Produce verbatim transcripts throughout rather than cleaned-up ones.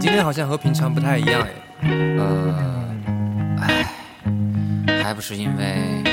今天好像和平常不太一样哎。 呃，唉，还不是因为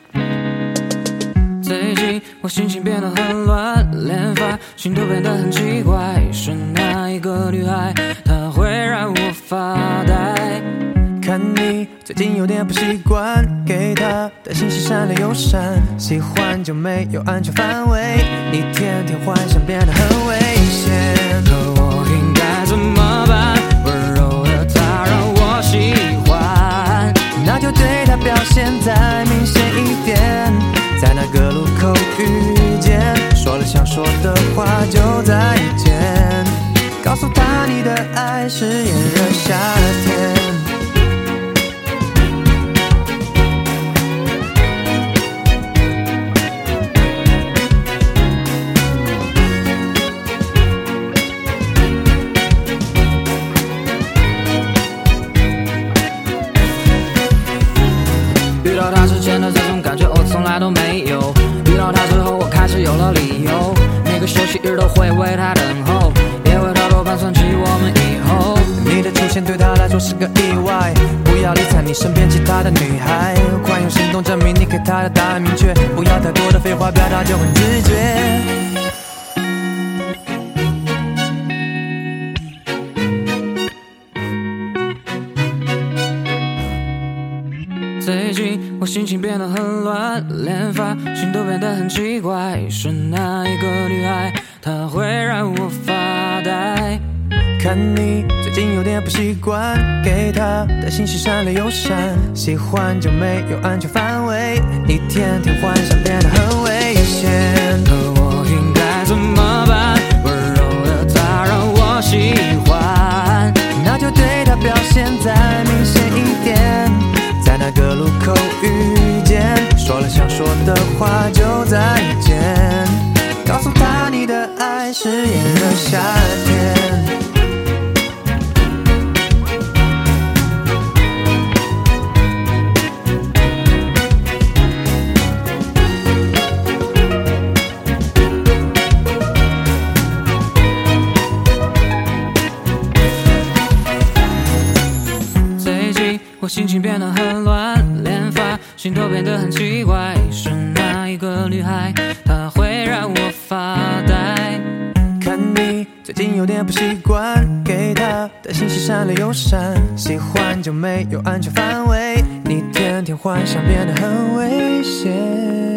最近我心情变得很乱，连发型都变得很奇怪。是哪一个女孩，她会让我发呆？ 看你最近有点不习惯，给他的信息删了又删，喜欢就没有安全范围，一天天幻想变得很危险。 可我应该怎么办？温柔的他让我喜欢， 那就对他表现再明显一点，在那个路口遇见，说了想说的话就再见，告诉他你的爱是炎热夏天。 遇到他之前的这种感觉我从来都没有，遇到他之后我开始有了理由，每个休息日都会为他等候，也为他多盘算起我们以后。 你的出现对他来说是个意外，不要理睬你身边其他的女孩，快用行动证明你给他的答案明确，不要太多的废话表达就很直觉。 最近我心情变得很乱，连发型都变得很奇怪。是哪一个女孩，她会让我发呆？ 看你最近有点不习惯，给他的信息删了又删，喜欢就没有安全范围，一天天幻想变得很危险。 可我应该怎么办？温柔的他让我喜欢， 那就对他表现再明显一点，在那个路口遇见，说了想说的话就再见，告诉他你的爱是炎热夏天。 我心情变得很乱，连发型都变得很奇怪。是哪一个女孩，她会让我发呆？ 看你最近有点不习惯，给他的信息删了又删，喜欢就没有安全范围，你天天幻想变得很危险。